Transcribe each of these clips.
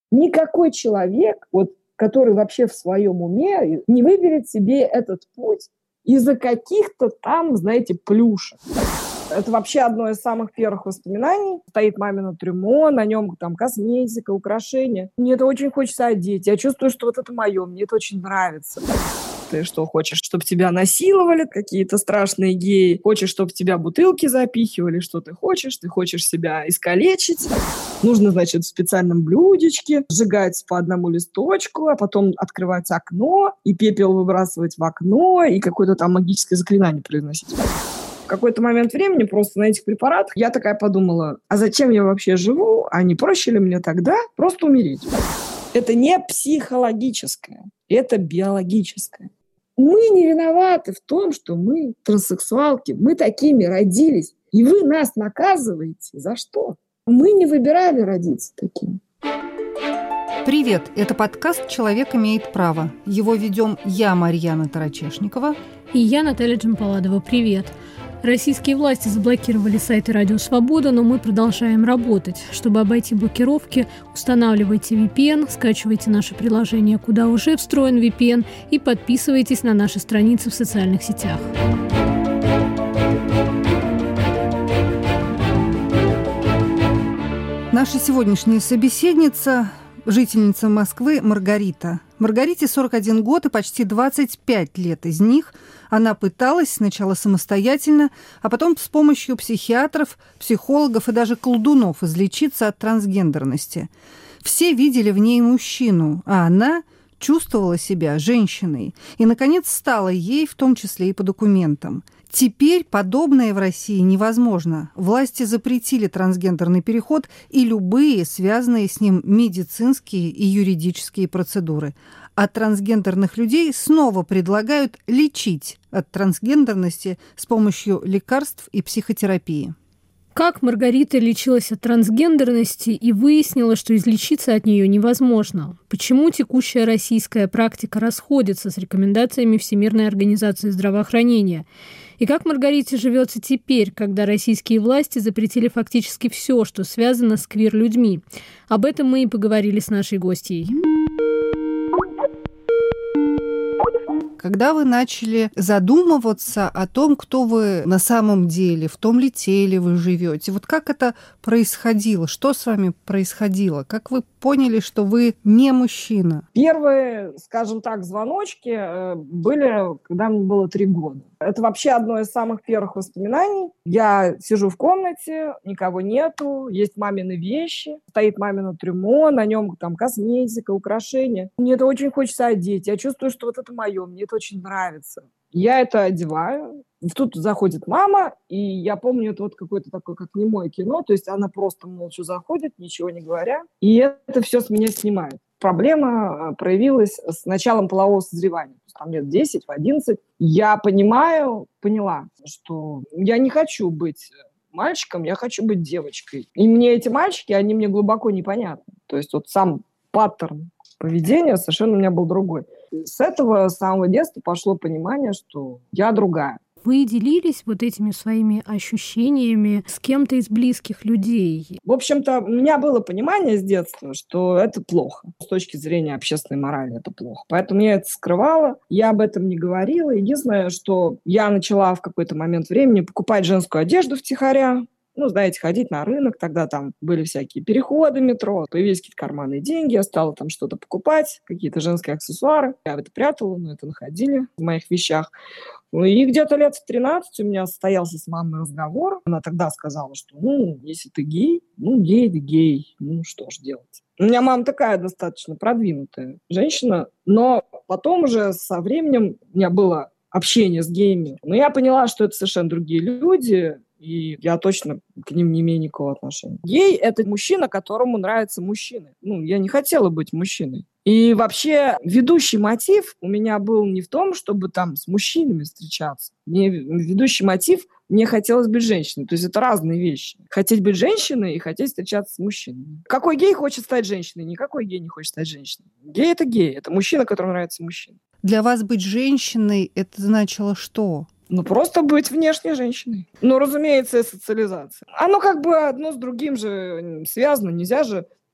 Никакой человек, вот, который вообще в своем уме, не выберет себе этот путь из-за каких-то там, знаете, плюшек. Это вообще одно из самых первых воспоминаний. Стоит мамино трюмо, на нем там косметика, украшения. Мне это очень хочется одеть. Я чувствую, что вот это мое, мне это очень нравится. Ты что, хочешь, чтобы тебя насиловали какие-то страшные геи? Хочешь, чтобы в тебя бутылки запихивали? Что ты хочешь? Ты хочешь себя искалечить? Нужно, значит, в специальном блюдечке сжигать по одному листочку, а потом открывать окно, и пепел выбрасывать в окно, и какое-то там магическое заклинание произносить. В какой-то момент времени просто на этих препаратах я такая подумала, а зачем я вообще живу? А не проще ли мне тогда просто умереть? Это не психологическое, это биологическое. Мы не виноваты в том, что мы транссексуалки, мы такими родились, и вы нас наказываете. За что? Мы не выбирали родиться такими. Привет, это подкаст «Человек имеет право». Его ведем я, Марьяна Тарачешникова. И я, Наталья Джампаладова. Привет. Российские власти заблокировали сайты «Радио Свобода», но мы продолжаем работать. Чтобы обойти блокировки, устанавливайте VPN, скачивайте наше приложение, куда уже встроен VPN, и подписывайтесь на наши страницы в социальных сетях. Наша сегодняшняя собеседница – жительница Москвы Маргарита. Маргарите 41 год, и почти 25 лет из них она пыталась сначала самостоятельно, а потом с помощью психиатров, психологов и даже колдунов излечиться от трансгендерности. Все видели в ней мужчину, а она чувствовала себя женщиной. И, наконец, стала ей, в том числе и по документам. Теперь подобное в России невозможно. Власти запретили трансгендерный переход и любые связанные с ним медицинские и юридические процедуры. А трансгендерных людей снова предлагают лечить от трансгендерности с помощью лекарств и психотерапии. Как Маргарита лечилась от трансгендерности и выяснила, что излечиться от нее невозможно? Почему текущая российская практика расходится с рекомендациями Всемирной организации здравоохранения? И как Маргарите живется теперь, когда российские власти запретили фактически все, что связано с квир-людьми? Об этом мы и поговорили с нашей гостьей. Когда вы начали задумываться о том, кто вы на самом деле, в том ли теле вы живете, вот как это происходило, что с вами происходило, как вы поняли, что вы не мужчина? Первые, скажем так, звоночки были, когда мне было 3 года. Это вообще одно из самых первых воспоминаний. Я сижу в комнате, никого нету, есть мамины вещи, стоит мамино трюмо, на нем там косметика, украшения. Мне это очень хочется одеть. Я чувствую, что вот это мое, мне это очень нравится. Я это одеваю. Тут заходит мама, и я помню, это вот какое-то такое, как немое кино, то есть она просто молча заходит, ничего не говоря, и это все с меня снимает. Проблема проявилась с началом полового созревания. То есть там лет 10, в 11. Я поняла, что я не хочу быть мальчиком, я хочу быть девочкой. И мне эти мальчики, они мне глубоко непонятны. То есть вот сам паттерн поведения совершенно у меня был другой. С этого самого детства пошло понимание, что я другая. Вы делились вот этими своими ощущениями с кем-то из близких людей? В общем-то, у меня было понимание с детства, что это плохо. С точки зрения общественной морали это плохо. Поэтому я это скрывала, я об этом не говорила. Единственное, что я начала в какой-то момент времени покупать женскую одежду втихаря. Знаете, ходить на рынок, тогда там были всякие переходы метро, появились какие-то карманные деньги, я стала там что-то покупать, какие-то женские аксессуары. Я это прятала, но это находили в моих вещах. И где-то лет в 13 у меня состоялся с мамой разговор. Она тогда сказала, что, если ты гей, гей ты гей, что ж делать. У меня мама такая достаточно продвинутая женщина, но потом уже со временем у меня было общение с геями. Но я поняла, что это совершенно другие люди, и я точно к ним не имею никакого отношения. Гей – это мужчина, которому нравятся мужчины. Я не хотела быть мужчиной. И вообще ведущий мотив у меня был не в том, чтобы там с мужчинами встречаться. Ведущий мотив – мне хотелось быть женщиной. То есть это разные вещи. Хотеть быть женщиной и хотеть встречаться с мужчиной. Какой гей хочет стать женщиной? Никакой гей не хочет стать женщиной. Гей – это гей. Это мужчина, которому нравится мужчина. Для вас быть женщиной – это значило что? Просто быть внешней женщиной. Разумеется, и социализация. Оно как бы одно с другим же связано. Нельзя же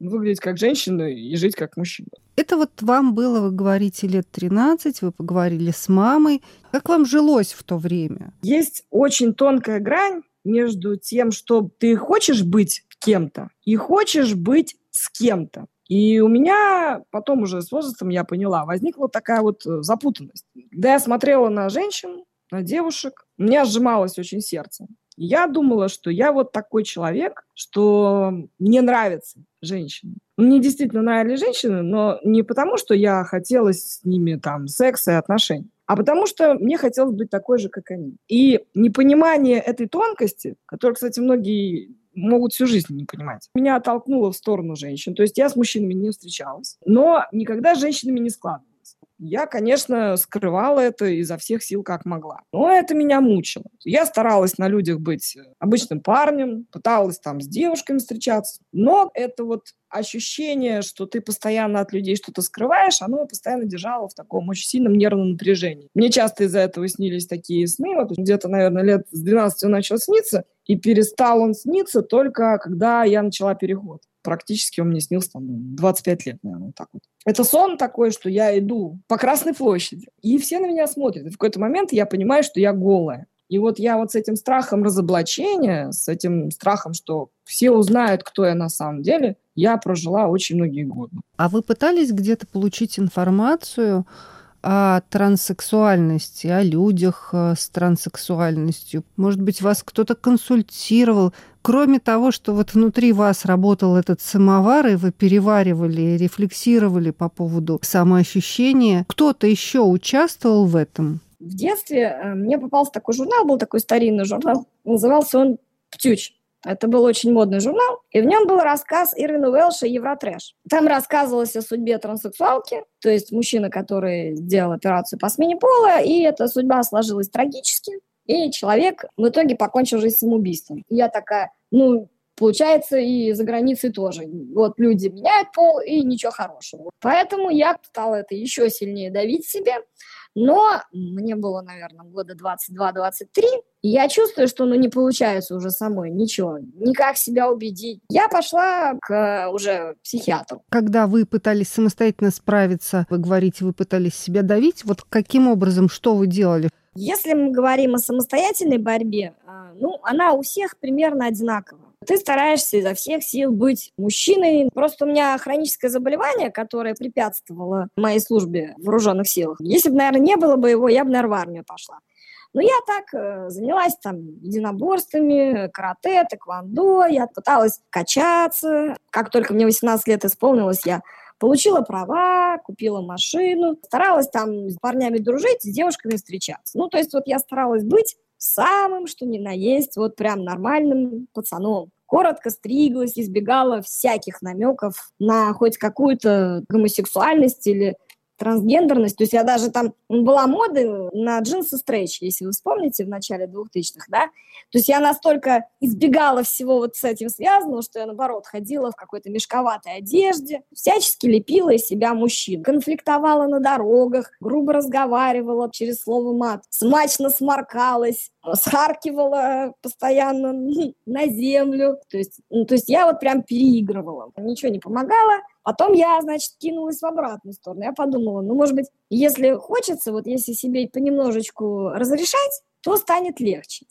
выглядеть как женщина и жить как мужчина. Это вот вам было, вы говорите, лет 13, вы поговорили с мамой. Как вам жилось в то время? Есть очень тонкая грань между тем, что ты хочешь быть кем-то и хочешь быть с кем-то. И у меня потом уже с возрастом, я поняла, возникла такая вот запутанность. Когда я смотрела на женщин, на девушек, у меня сжималось очень сердце. И я думала, что я вот такой человек, что мне нравятся женщины. Мне действительно нравились женщины, но не потому, что я хотела с ними там секса и отношений, а потому что мне хотелось быть такой же, как они. И непонимание этой тонкости, которую, кстати, многие могут всю жизнь не понимать, меня оттолкнуло в сторону женщин. То есть я с мужчинами не встречалась, но никогда с женщинами не складывалась. Я, конечно, скрывала это изо всех сил, как могла. Но это меня мучило. Я старалась на людях быть обычным парнем, пыталась там с девушками встречаться. Но это вот ощущение, что ты постоянно от людей что-то скрываешь, оно постоянно держало в таком очень сильном нервном напряжении. Мне часто из-за этого снились такие сны. Вот где-то, наверное, лет с 12 он начал сниться, и перестал он сниться только когда я начала переход. Практически он мне снился там 25 лет, наверное, вот так вот. Это сон такой, что я иду по Красной площади, и все на меня смотрят. И в какой-то момент я понимаю, что я голая. И вот я вот с этим страхом разоблачения, с этим страхом, что все узнают, кто я на самом деле, я прожила очень многие годы. А вы пытались где-то получить информацию о транссексуальности, о людях с транссексуальностью? Может быть, вас кто-то консультировал? Кроме того, что вот внутри вас работал этот самовар, и вы переваривали, рефлексировали по поводу самоощущения, кто-то еще участвовал в этом? В детстве мне попался такой журнал, был такой старинный журнал, назывался он «Птюч». Это был очень модный журнал, и в нем был рассказ Ирвина Уэлша «Евротрэш». Там рассказывалось о судьбе транссексуалки, то есть мужчины, который сделал операцию по смене пола, и эта судьба сложилась трагически, и человек в итоге покончил жизнь самоубийством. И я такая, получается, и за границей тоже. Вот люди меняют пол, и ничего хорошего. Поэтому я стала это еще сильнее давить себе. Но мне было, наверное, года 22-23, и я чувствую, что не получается уже самой ничего, никак себя убедить. Я пошла к уже психиатру. Когда вы пытались самостоятельно справиться, вы говорите, вы пытались себя давить, вот каким образом, что вы делали? Если мы говорим о самостоятельной борьбе, она у всех примерно одинакова. Ты стараешься изо всех сил быть мужчиной. Просто у меня хроническое заболевание, которое препятствовало моей службе в вооруженных силах. Если бы, наверное, не было бы его, я бы, наверное, в армию пошла. Но я так занялась там единоборствами, карате, тэквондо. Я пыталась качаться. Как только мне 18 лет исполнилось, я получила права, купила машину. Старалась там с парнями дружить, с девушками встречаться. То есть вот я старалась быть самым, что ни на есть, вот прям нормальным пацаном. Коротко стриглась, избегала всяких намеков на хоть какую-то гомосексуальность или трансгендерность. То есть я даже там была мода на джинсы стрейч, если вы вспомните, в начале 2000-х, да. То есть я настолько избегала всего вот с этим связанного, что я, наоборот, ходила в какой-то мешковатой одежде, всячески лепила из себя мужчин. Конфликтовала на дорогах, грубо разговаривала через слово мат, смачно сморкалась, схаркивала постоянно на землю. То есть я вот прям переигрывала. Ничего не помогало. Потом я, кинулась в обратную сторону. Я подумала, может быть, если хочется, вот если себе понемножечку разрешать, то станет легче.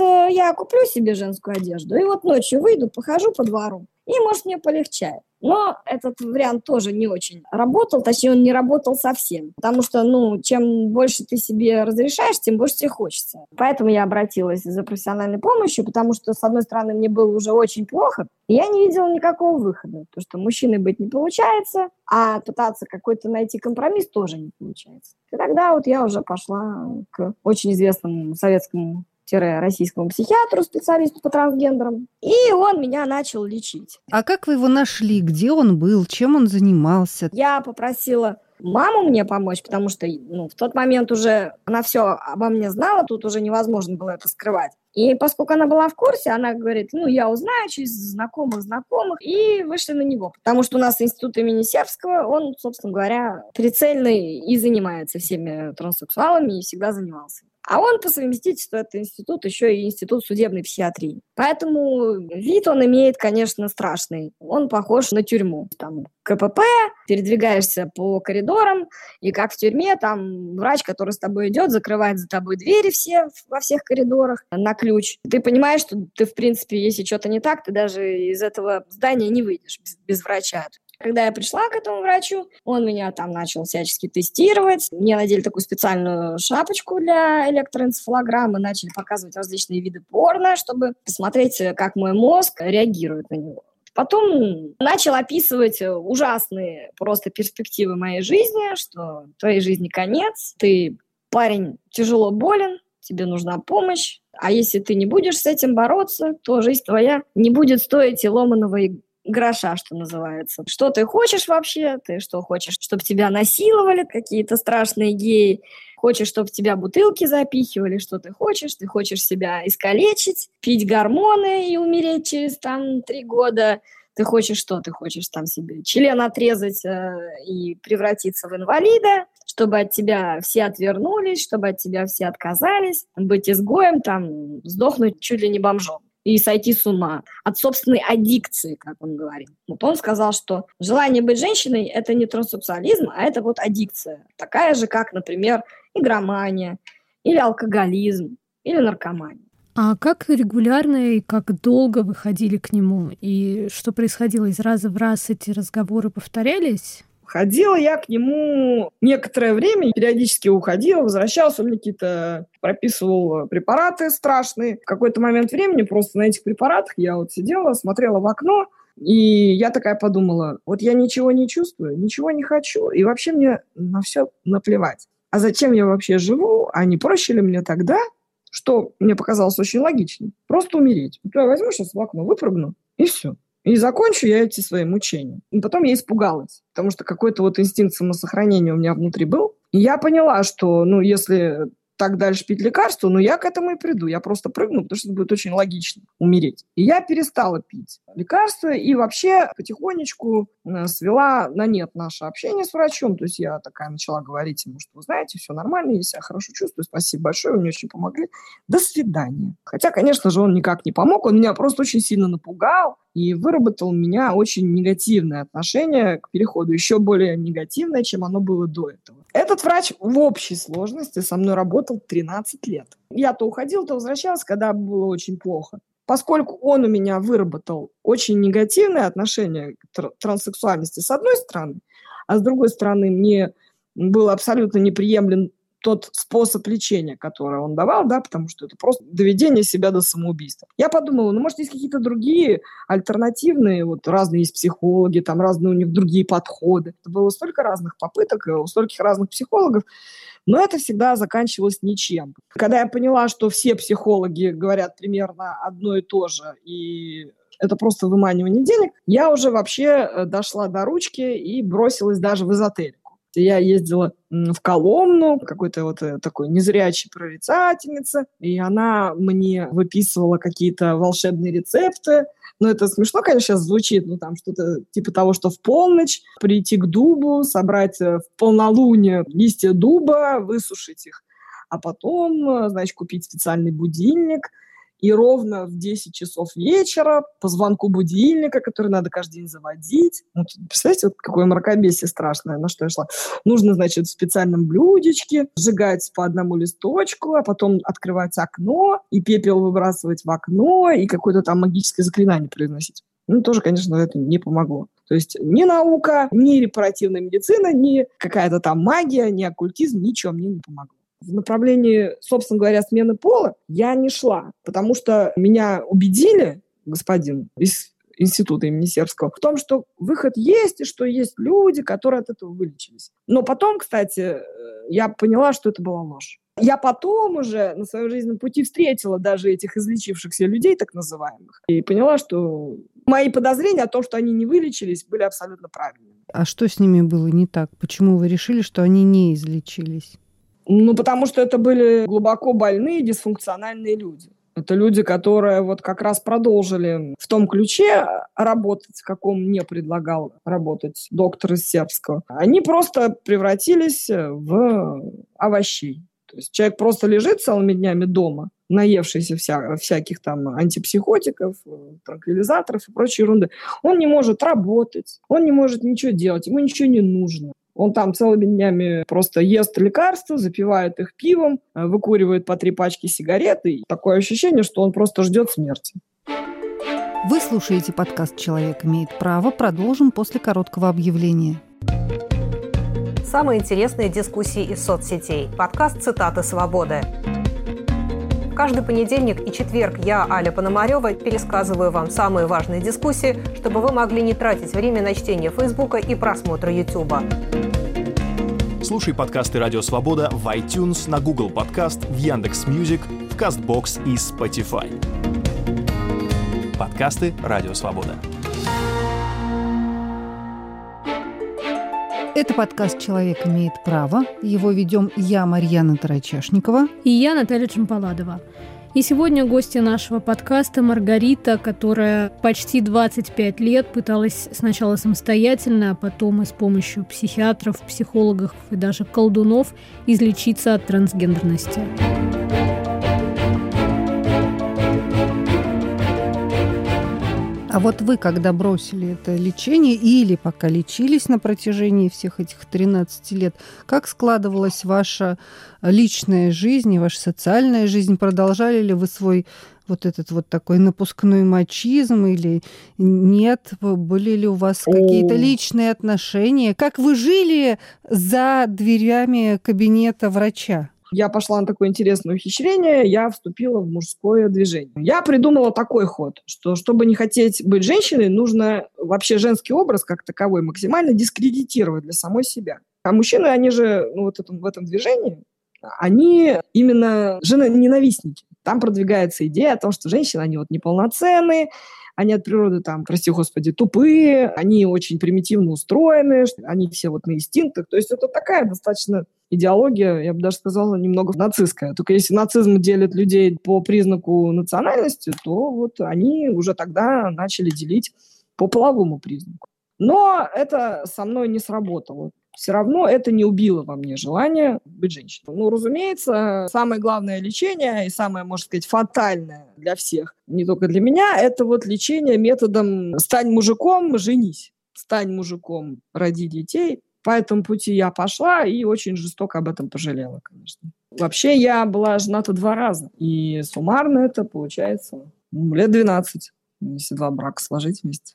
Я куплю себе женскую одежду, и вот ночью выйду, похожу по двору, и, может, мне полегчает. Но этот вариант тоже не очень работал, точнее, он не работал совсем, потому что, чем больше ты себе разрешаешь, тем больше тебе хочется. Поэтому я обратилась за профессиональной помощью, потому что, с одной стороны, мне было уже очень плохо, и я не видела никакого выхода, потому что мужчиной быть не получается, а пытаться какой-то найти компромисс тоже не получается. И тогда вот я уже пошла к очень известному советскому российскому психиатру, специалисту по трансгендерам, и он меня начал лечить. А как вы его нашли? Где он был? Чем он занимался? Я попросила маму мне помочь, потому что в тот момент уже она все обо мне знала, тут уже невозможно было это скрывать. И поскольку она была в курсе, она говорит, я узнаю через знакомых, и вышли на него. Потому что у нас институт имени Сербского, он, собственно говоря, прицельный и занимается всеми транссексуалами, и всегда занимался. А он по совместительству, это институт, еще и институт судебной психиатрии. Поэтому вид он имеет, конечно, страшный. Он похож на тюрьму. Там КПП, передвигаешься по коридорам, и как в тюрьме, там врач, который с тобой идет, закрывает за тобой двери все во всех коридорах на ключ. Ты понимаешь, что ты, в принципе, если что-то не так, ты даже из этого здания не выйдешь без врача. Когда я пришла к этому врачу, он меня там начал всячески тестировать. Мне надели такую специальную шапочку для электроэнцефалограммы, начали показывать различные виды порно, чтобы посмотреть, как мой мозг реагирует на него. Потом начал описывать ужасные просто перспективы моей жизни, что твоей жизни конец, ты, парень, тяжело болен, тебе нужна помощь, а если ты не будешь с этим бороться, то жизнь твоя не будет стоить и ломаного гроша, что называется. Что ты хочешь вообще? Ты что хочешь? Чтобы тебя насиловали какие-то страшные геи? Хочешь, чтобы тебя бутылки запихивали? Что ты хочешь? Ты хочешь себя искалечить, пить гормоны и умереть через 3 года? Ты хочешь что? Ты хочешь себе член отрезать и превратиться в инвалида, чтобы от тебя все отвернулись, чтобы от тебя все отказались, быть изгоем, сдохнуть чуть ли не бомжом и сойти с ума от собственной аддикции, как он говорит. Вот он сказал, что желание быть женщиной – это не транссексуализм, а это аддикция. Такая же, как, например, игромания, или алкоголизм, или наркомания. А как регулярно и как долго вы ходили к нему? И что происходило? Из раза в раз эти разговоры повторялись? Ходила я к нему некоторое время, периодически уходила, возвращалась, он мне какие-то прописывал препараты страшные. В какой-то момент времени просто на этих препаратах я сидела, смотрела в окно, и я такая подумала, я ничего не чувствую, ничего не хочу, и вообще мне на все наплевать. А зачем я вообще живу? А не проще ли мне тогда, что мне показалось очень логичным, просто умереть? Я возьму сейчас в окно, выпрыгну, и все. И закончу я эти свои мучения. И потом я испугалась, потому что какой-то инстинкт самосохранения у меня внутри был. И я поняла, что, если так дальше пить лекарства, я к этому и приду. Я просто прыгну, потому что это будет очень логично умереть. И я перестала пить лекарства и вообще потихонечку свела на нет наше общение с врачом. То есть я такая начала говорить ему, что, вы знаете, все нормально, я себя хорошо чувствую, спасибо большое, вы мне очень помогли. До свидания. Хотя, конечно же, он никак не помог, он меня просто очень сильно напугал и выработал у меня очень негативное отношение к переходу, еще более негативное, чем оно было до этого. Этот врач в общей сложности со мной работал 13 лет. Я то уходила, то возвращалась, когда было очень плохо. Поскольку он у меня выработал очень негативное отношение к транссексуальности с одной стороны, а с другой стороны мне был абсолютно неприемлем тот способ лечения, который он давал, потому что это просто доведение себя до самоубийства. Я подумала, может, есть какие-то другие альтернативные, разные есть психологи, разные у них другие подходы. Это было столько разных попыток, у стольких разных психологов, но это всегда заканчивалось ничем. Когда я поняла, что все психологи говорят примерно одно и то же, и это просто выманивание денег, я уже вообще дошла до ручки и бросилась даже в эзотерику. Я ездила в Коломну, какой-то такой незрячей прорицательнице, и она мне выписывала какие-то волшебные рецепты. Это смешно, конечно, сейчас звучит, что-то типа того, что в полночь прийти к дубу, собрать в полнолуние листья дуба, высушить их, а потом, купить специальный будильник, и ровно в 10 часов вечера по звонку будильника, который надо каждый день заводить. Представляете, какое мракобесие страшное, на что я шла. Нужно, в специальном блюдечке сжигать по одному листочку, а потом открывать окно, и пепел выбрасывать в окно, и какое-то магическое заклинание произносить. Тоже, конечно, это не помогло. То есть ни наука, ни репаративная медицина, ни какая-то магия, ни оккультизм, ничего мне не помогло. В направлении, собственно говоря, смены пола я не шла, потому что меня убедили, господин из института имени Сербского, в том, что выход есть, и что есть люди, которые от этого вылечились. Но потом, кстати, я поняла, что это была ложь. Я потом уже на своем жизненном пути встретила даже этих излечившихся людей, так называемых, и поняла, что мои подозрения о том, что они не вылечились, были абсолютно правильными. А что с ними было не так? Почему вы решили, что они не излечились? Потому что это были глубоко больные, дисфункциональные люди. Это люди, которые как раз продолжили в том ключе работать, в каком мне предлагал работать доктор из Сербского. Они просто превратились в овощей. То есть человек просто лежит целыми днями дома, наевшийся всяких там антипсихотиков, транквилизаторов и прочей ерунды. Он не может работать, он не может ничего делать, ему ничего не нужно. Он там целыми днями просто ест лекарства, запивает их пивом, выкуривает по 3 пачки сигарет, и такое ощущение, что он просто ждет смерти. Вы слушаете подкаст «Человек имеет право». Продолжим после короткого объявления. Самые интересные дискуссии из соцсетей. Подкаст «Цитаты свободы». Каждый понедельник и четверг я, Аля Пономарёва, пересказываю вам самые важные дискуссии, чтобы вы могли не тратить время на чтение Фейсбука и просмотра Ютуба. Слушай подкасты «Радио Свобода» в iTunes, на Google Подкаст, в Яндекс.Мьюзик, в Castbox и Spotify. Подкасты «Радио Свобода». Это подкаст «Человек имеет право». Его ведем я, Марьяна Тарачешникова. И я, Наталья Чемпаладова. И сегодня гостья нашего подкаста Маргарита, которая почти 25 лет пыталась сначала самостоятельно, а потом и с помощью психиатров, психологов и даже колдунов излечиться от трансгендерности. А вот вы, когда бросили это лечение или пока лечились на протяжении всех этих 13 лет, как складывалась ваша личная жизнь и ваша социальная жизнь? Продолжали ли вы свой вот этот вот такой напускной мачизм или нет? Были ли у вас какие-то личные отношения? Как вы жили за дверями кабинета врача? Я пошла на такое интересное ухищрение, я вступила в мужское движение. Я придумала такой ход, что чтобы не хотеть быть женщиной, нужно вообще женский образ как таковой максимально дискредитировать для самой себя. А мужчины, они же в этом движении, они именно женоненавистники. Там продвигается идея о том, что женщины, они неполноценные, они от природы прости господи, тупые, они очень примитивно устроены, они все на инстинктах. То есть это такая достаточно идеология, я бы даже сказала, немного нацистская. Только если нацизм делит людей по признаку национальности, то они уже тогда начали делить по половому признаку. Но это со мной не сработало. Все равно это не убило во мне желание быть женщиной. Разумеется, самое главное лечение и самое, можно сказать, фатальное для всех, не только для меня, это лечение методом «стань мужиком, женись». «Стань мужиком, роди детей». По этому пути я пошла и очень жестоко об этом пожалела, конечно. Вообще я была жената 2 раза. И суммарно это получается лет 12, если 2 брака сложить вместе.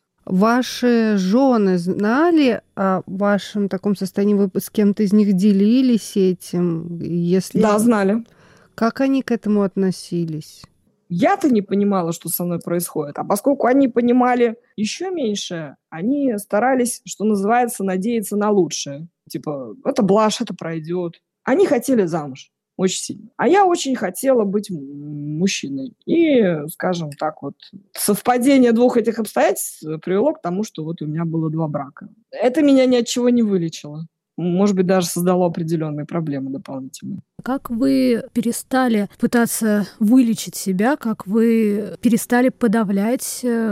Ваши жены знали о вашем таком состоянии? Вы с кем-то из них делились этим? Да, знали. Как они к этому относились? Я-то не понимала, что со мной происходит. А поскольку они понимали еще меньше, они старались, что называется, надеяться на лучшее. Типа, это блажь, это пройдет. Они хотели замуж очень сильно. А я очень хотела быть мужчиной. И, скажем так, совпадение 2 этих обстоятельств привело к тому, что у меня было 2 брака. Это меня ни от чего не вылечило. Может быть, даже создало определенные проблемы дополнительные. Как вы перестали пытаться вылечить себя, как вы перестали подавлять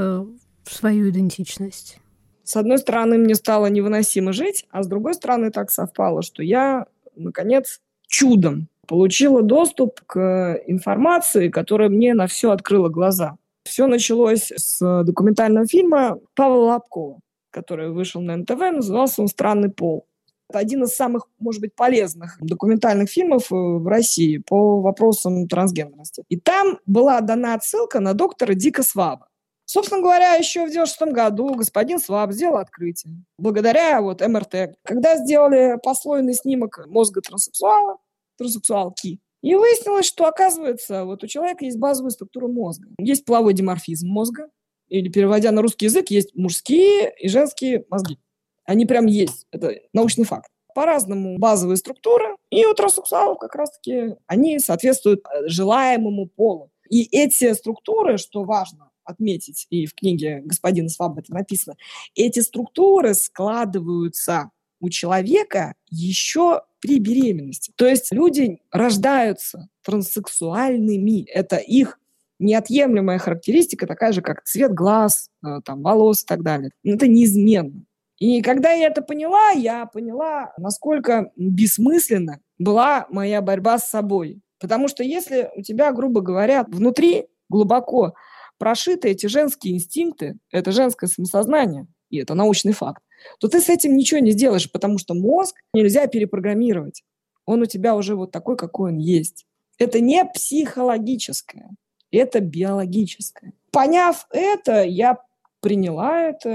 свою идентичность? С одной стороны, мне стало невыносимо жить, а с другой стороны, так совпало, что я, наконец, чудом получила доступ к информации, которая мне на все открыла глаза. Все началось с документального фильма Павла Лобкова, который вышел на НТВ, назывался он «Странный пол». Это один из самых, может быть, полезных документальных фильмов в России по вопросам трансгендерности. И там была дана отсылка на доктора Дика Сваба. Собственно говоря, еще в 1996 году господин Сваб сделал открытие. Благодаря МРТ. Когда сделали послойный снимок мозга транссексуалки, и выяснилось, что, оказывается, у человека есть базовая структура мозга. Есть половой диморфизм мозга, или, переводя на русский язык, есть мужские и женские мозги. Они прям есть. Это научный факт. По-разному базовые структуры. И у транссексуалов как раз-таки они соответствуют желаемому полу. И эти структуры, что важно отметить, и в книге господина Сваба это написано, эти структуры складываются у человека еще при беременности. То есть люди рождаются транссексуальными. Это их неотъемлемая характеристика, такая же, как цвет глаз, волос и так далее. Это неизменно. И когда я это поняла, насколько бессмысленно была моя борьба с собой. Потому что если у тебя, грубо говоря, внутри глубоко прошиты эти женские инстинкты, это женское самосознание, и это научный факт, то ты с этим ничего не сделаешь, потому что мозг нельзя перепрограммировать. Он у тебя уже вот такой, какой он есть. Это не психологическое, это биологическое. Поняв это, я приняла это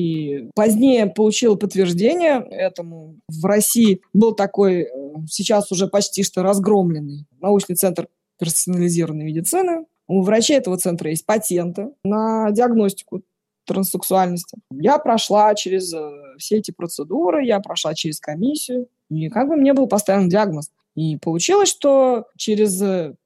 и позднее получила подтверждение этому. В России был такой, сейчас уже почти что разгромленный, научный центр персонализированной медицины. У врачей этого центра есть патенты на диагностику транссексуальности. Я прошла через все эти процедуры, я прошла через комиссию, и как бы мне был поставлен диагноз. И получилось, что через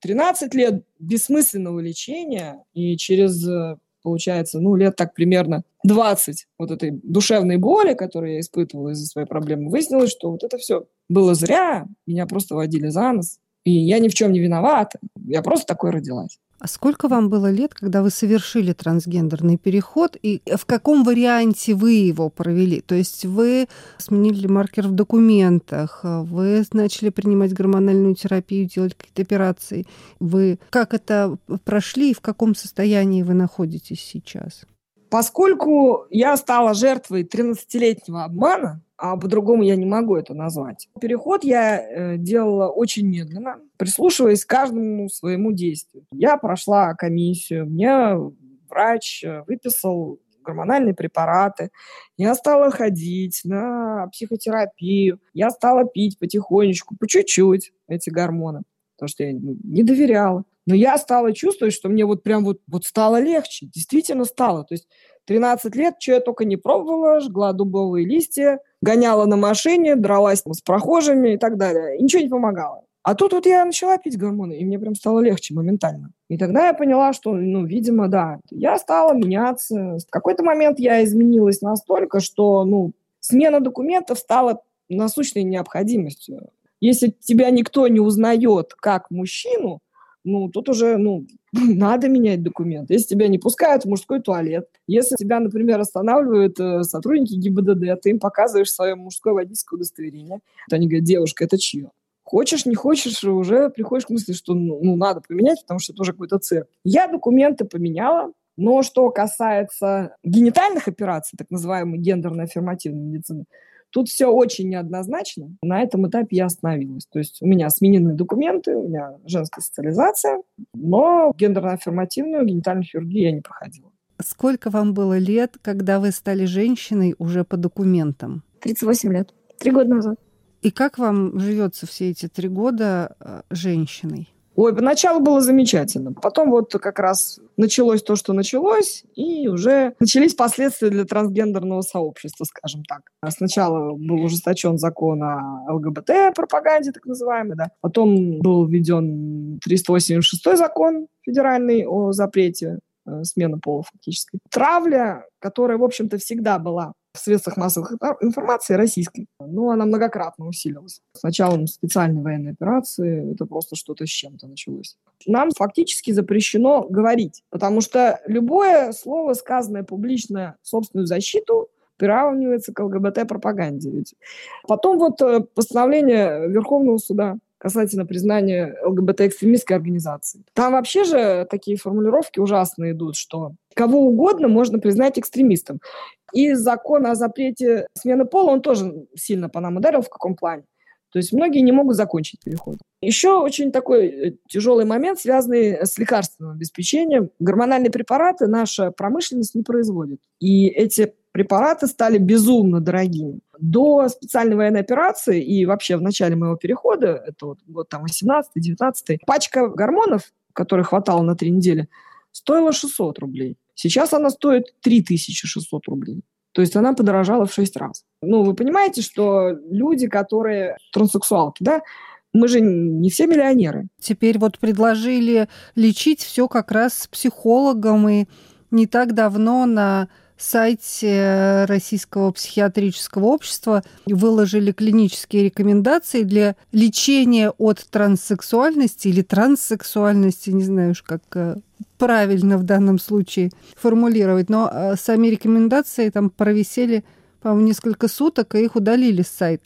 13 лет бессмысленного лечения и через, получается, лет так примерно 20 вот этой душевной боли, которую я испытывала из-за своей проблемы, выяснилось, что вот это все было зря, меня просто водили за нос, и я ни в чем не виновата, я просто такой родилась. А сколько вам было лет, когда вы совершили трансгендерный переход, и в каком варианте вы его провели? То есть вы сменили маркер в документах, вы начали принимать гормональную терапию, делать какие-то операции. Вы как это прошли и в каком состоянии вы находитесь сейчас? Поскольку я стала жертвой 13-летнего обмана, а по-другому я не могу это назвать, переход я делала очень медленно, прислушиваясь к каждому своему действию. Я прошла комиссию, мне врач выписал гормональные препараты, я стала ходить на психотерапию, я стала пить потихонечку, по чуть-чуть эти гормоны, потому что я не доверяла. Но я стала чувствовать, что мне вот стало легче, действительно стало. То есть 13 лет, что я только не пробовала, жгла дубовые листья, гоняла на машине, дралась с прохожими и так далее. И ничего не помогало. А тут вот я начала пить гормоны, и мне прям стало легче моментально. И тогда я поняла, что, видимо, да, я стала меняться. В какой-то момент я изменилась настолько, что, смена документов стала насущной необходимостью. Если тебя никто не узнает как мужчину, тут уже, надо менять документ. Если тебя не пускают в мужской туалет, если тебя, например, останавливают сотрудники ГИБДД, ты им показываешь свое мужское водительское удостоверение, то они говорят: девушка, это чье? Хочешь, не хочешь, уже приходишь к мысли, что надо поменять, потому что это уже какой-то цирк. Я документы поменяла, но что касается генитальных операций, так называемой гендерно-аффирмативной медицины, тут все очень неоднозначно. На этом этапе я остановилась. То есть у меня сменены документы, у меня женская социализация, но гендерно-аффирмативную генитальную хирургию я не проходила. Сколько вам было лет, когда вы стали женщиной уже по документам? 38 лет. 3 года назад. И как вам живется все эти 3 года женщиной? Ой, поначалу было замечательно. Потом вот как раз началось то, что началось, и уже начались последствия для трансгендерного сообщества, скажем так. Сначала был ужесточен закон о ЛГБТ-пропаганде, так называемый, да. Потом был введен 386 закон федеральный о запрете смены пола фактически. Травля, которая, в общем-то, всегда была в средствах массовой информации российской, но она многократно усилилась. С началом специальной военной операции это просто что-то с чем-то началось. Нам фактически запрещено говорить, потому что любое слово, сказанное публично в собственную защиту, приравнивается к ЛГБТ-пропаганде. Потом вот постановление Верховного суда касательно признания ЛГБТ-экстремистской организации. Там вообще же такие формулировки ужасные идут, что кого угодно можно признать экстремистом. И закон о запрете смены пола, он тоже сильно по нам ударил. В каком плане? То есть многие не могут закончить переход. Еще очень такой тяжелый момент, связанный с лекарственным обеспечением. Гормональные препараты наша промышленность не производит. И эти препараты стали безумно дорогими. До специальной военной операции и вообще в начале моего перехода, это вот год 18-19, пачка гормонов, которой хватало на 3 недели, стоила 600 рублей. Сейчас она стоит 3600 рублей. То есть она подорожала в 6 раз. Вы понимаете, что люди, которые транссексуалки, да, мы же не все миллионеры. Теперь вот предложили лечить все как раз с психологом, и не так давно на сайте Российского психиатрического общества выложили клинические рекомендации для лечения от транссексуальности или транссексуальности, не знаю уж как правильно в данном случае формулировать, но сами рекомендации там провисели, по-моему, несколько суток, и их удалили с сайта.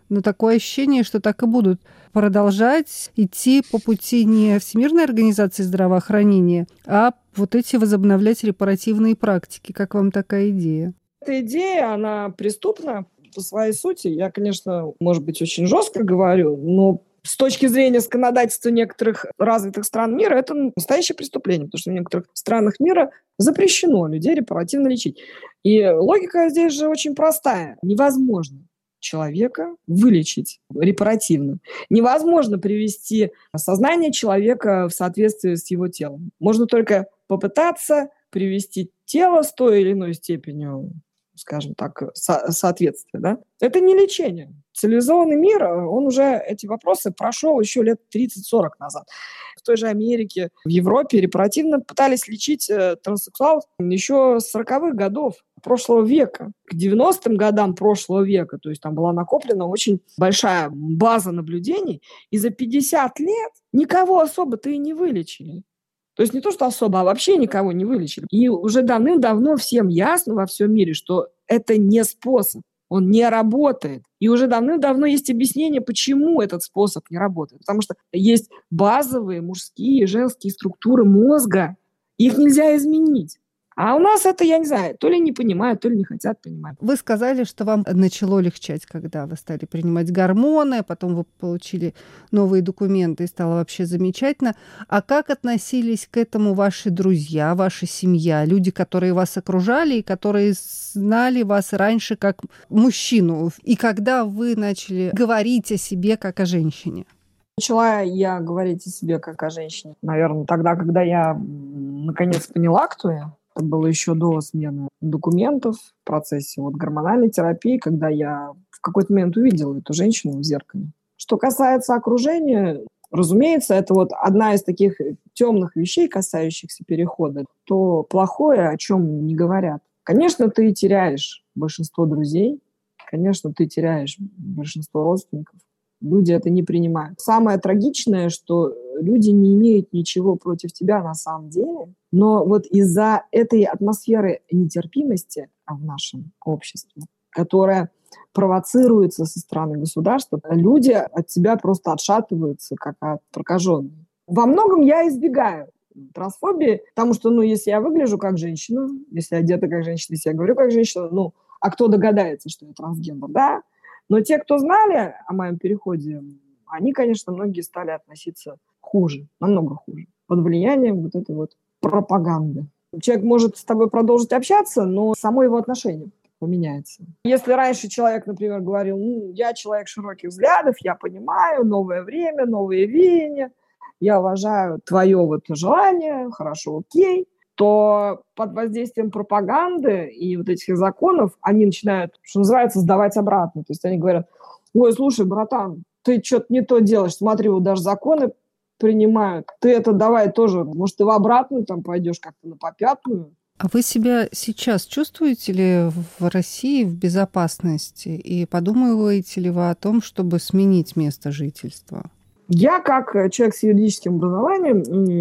Но такое ощущение, что так и будут продолжать идти по пути не Всемирной организации здравоохранения, а вот эти возобновлять репаративные практики. Как вам такая идея? Эта идея, она преступна по своей сути. Я, конечно, может быть, очень жестко говорю, но с точки зрения законодательства некоторых развитых стран мира, это настоящее преступление, потому что в некоторых странах мира запрещено людей репаративно лечить. И логика здесь же очень простая. Невозможно человека вылечить репаративно. Невозможно привести сознание человека в соответствие с его телом. Можно только попытаться привести тело с той или иной степенью, скажем так, соответствия. Да? Это не лечение. Цивилизованный мир, он уже эти вопросы прошел еще лет 30-40 назад. В той же Америке, в Европе репаративно пытались лечить транссексуалов еще с 40-х годов прошлого века, к 90-м годам прошлого века. То есть там была накоплена очень большая база наблюдений, и за 50 лет никого особо-то и не вылечили. То есть не то, что особо, а вообще никого не вылечили. И уже давным-давно всем ясно во всем мире, что это не способ, он не работает. И уже давным-давно есть объяснение, почему этот способ не работает. Потому что есть базовые мужские и женские структуры мозга, их нельзя изменить. А у нас это, я не знаю, то ли не понимают, то ли не хотят понимать. Вы сказали, что вам начало легчать, когда вы стали принимать гормоны, потом вы получили новые документы, и стало вообще замечательно. А как относились к этому ваши друзья, ваша семья, люди, которые вас окружали и которые знали вас раньше как мужчину? И когда вы начали говорить о себе как о женщине? Начала я говорить о себе как о женщине, наверное, тогда, когда я наконец поняла, кто я. Это было еще до смены документов в процессе гормональной терапии, когда я в какой-то момент увидела эту женщину в зеркале. Что касается окружения, разумеется, это одна из таких темных вещей, касающихся перехода. То плохое, о чем не говорят. Конечно, ты теряешь большинство друзей, конечно, ты теряешь большинство родственников. Люди это не принимают. Самое трагичное, что люди не имеют ничего против тебя на самом деле, но из-за этой атмосферы нетерпимости в нашем обществе, которая провоцируется со стороны государства, люди от тебя просто отшатываются, как от прокаженных. Во многом я избегаю трансфобии, потому что, если я выгляжу как женщина, если я одета как женщина, если я говорю как женщина, а кто догадается, что я трансгендер, да? Но те, кто знали о моем переходе, они, конечно, многие стали относиться хуже, намного хуже, под влиянием этой пропаганды. Человек может с тобой продолжить общаться, но само его отношение поменяется. Если раньше человек, например, говорил, я человек широких взглядов, я понимаю, новое время, новые веяния, я уважаю твое желание, хорошо, окей, то под воздействием пропаганды и этих законов они начинают, что называется, сдавать обратно. То есть они говорят, ой, слушай, братан, ты что-то не то делаешь, смотри, даже законы принимают, ты это давай тоже, может, ты в обратную пойдешь как-то на попятную. А вы себя сейчас чувствуете ли в России в безопасности? И подумываете ли вы о том, чтобы сменить место жительства? Я, как человек с юридическим образованием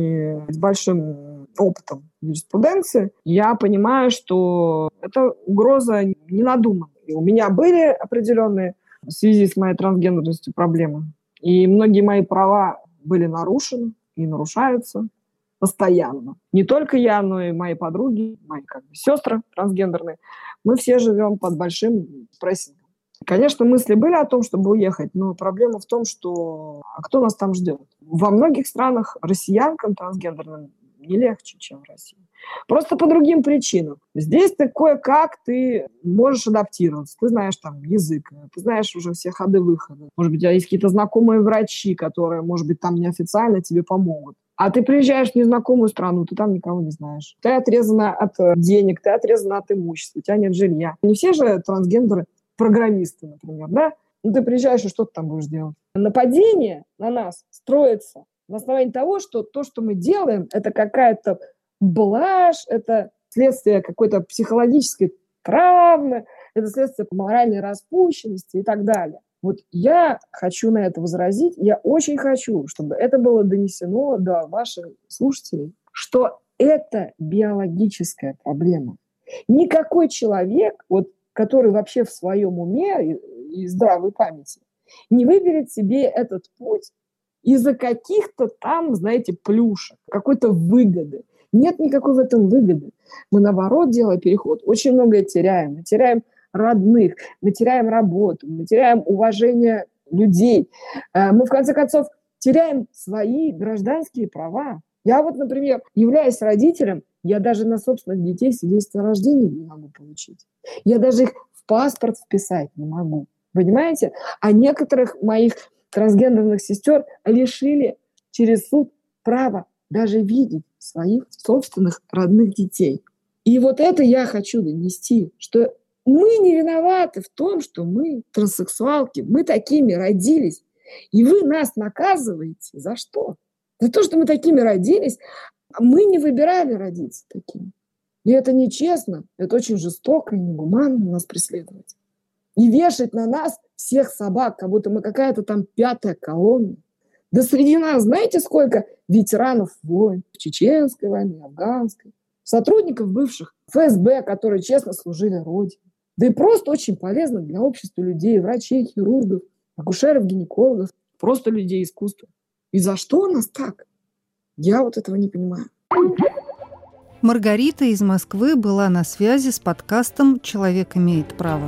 и с большим опытом юриспруденции, я понимаю, что эта угроза не надумана. И у меня были определенные в связи с моей трансгендерностью проблемы. И многие мои права были нарушены и нарушаются постоянно. Не только я, но и мои подруги, мои сестры трансгендерные. Мы все живем под большим прессингом. Конечно, мысли были о том, чтобы уехать, но проблема в том, что кто нас там ждет? Во многих странах россиянкам трансгендерным не легче, чем в России. Просто по другим причинам. Здесь ты кое-как ты можешь адаптироваться. Ты знаешь язык, ты знаешь уже все ходы-выходы. Может быть, у тебя есть какие-то знакомые врачи, которые, может быть, там неофициально тебе помогут. А ты приезжаешь в незнакомую страну, ты там никого не знаешь. Ты отрезана от денег, ты отрезана от имущества, у тебя нет жилья. Не все же трансгендеры программисты, например, да? Ты приезжаешь, и что ты там будешь делать? Нападение на нас строится на основании того, что то, что мы делаем, это какая-то блажь, это следствие какой-то психологической травмы, это следствие моральной распущенности и так далее. Я хочу на это возразить, я очень хочу, чтобы это было донесено до ваших слушателей, что это биологическая проблема. Никакой человек, который вообще в своем уме и здравой памяти, не выберет себе этот путь из-за каких-то там, знаете, плюшек, какой-то выгоды. Нет никакой в этом выгоды. Мы, наоборот, делая переход, очень многое теряем. Мы теряем родных, мы теряем работу, мы теряем уважение людей. Мы, в конце концов, теряем свои гражданские права. Я вот, например, являясь родителем, я даже на собственных детей свидетельство о рождении не могу получить. Я даже их в паспорт вписать не могу. Понимаете? А некоторых моих трансгендерных сестер лишили через суд права даже видеть своих собственных родных детей. И вот это я хочу донести, что мы не виноваты в том, что мы транссексуалки, мы такими родились. И вы нас наказываете за что? За то, что мы такими родились, а мы не выбирали родиться такими. И это нечестно, это очень жестоко и негуманно нас преследовать. И вешать на нас всех собак, как будто мы какая-то там пятая колонна. Да среди нас знаете, сколько ветеранов войн, чеченской войны, афганской, сотрудников бывших ФСБ, которые честно служили Родине. Да и просто очень полезно для общества людей, врачей, хирургов, акушеров, гинекологов, просто людей искусства. И за что у нас так? Я вот этого не понимаю. Маргарита из Москвы была на связи с подкастом «Человек имеет право».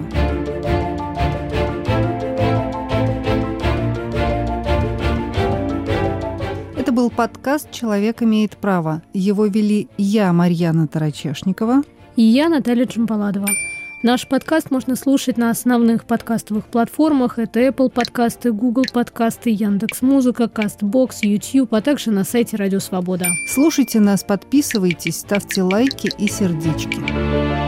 Это был подкаст «Человек имеет право». Его вели я, Марьяна Тарачешникова. И я, Наталья Джамбаладова. Наш подкаст можно слушать на основных подкастовых платформах. Это Apple подкасты, Google подкасты, Яндекс.Музыка, CastBox, YouTube, а также на сайте Радио Свобода. Слушайте нас, подписывайтесь, ставьте лайки и сердечки.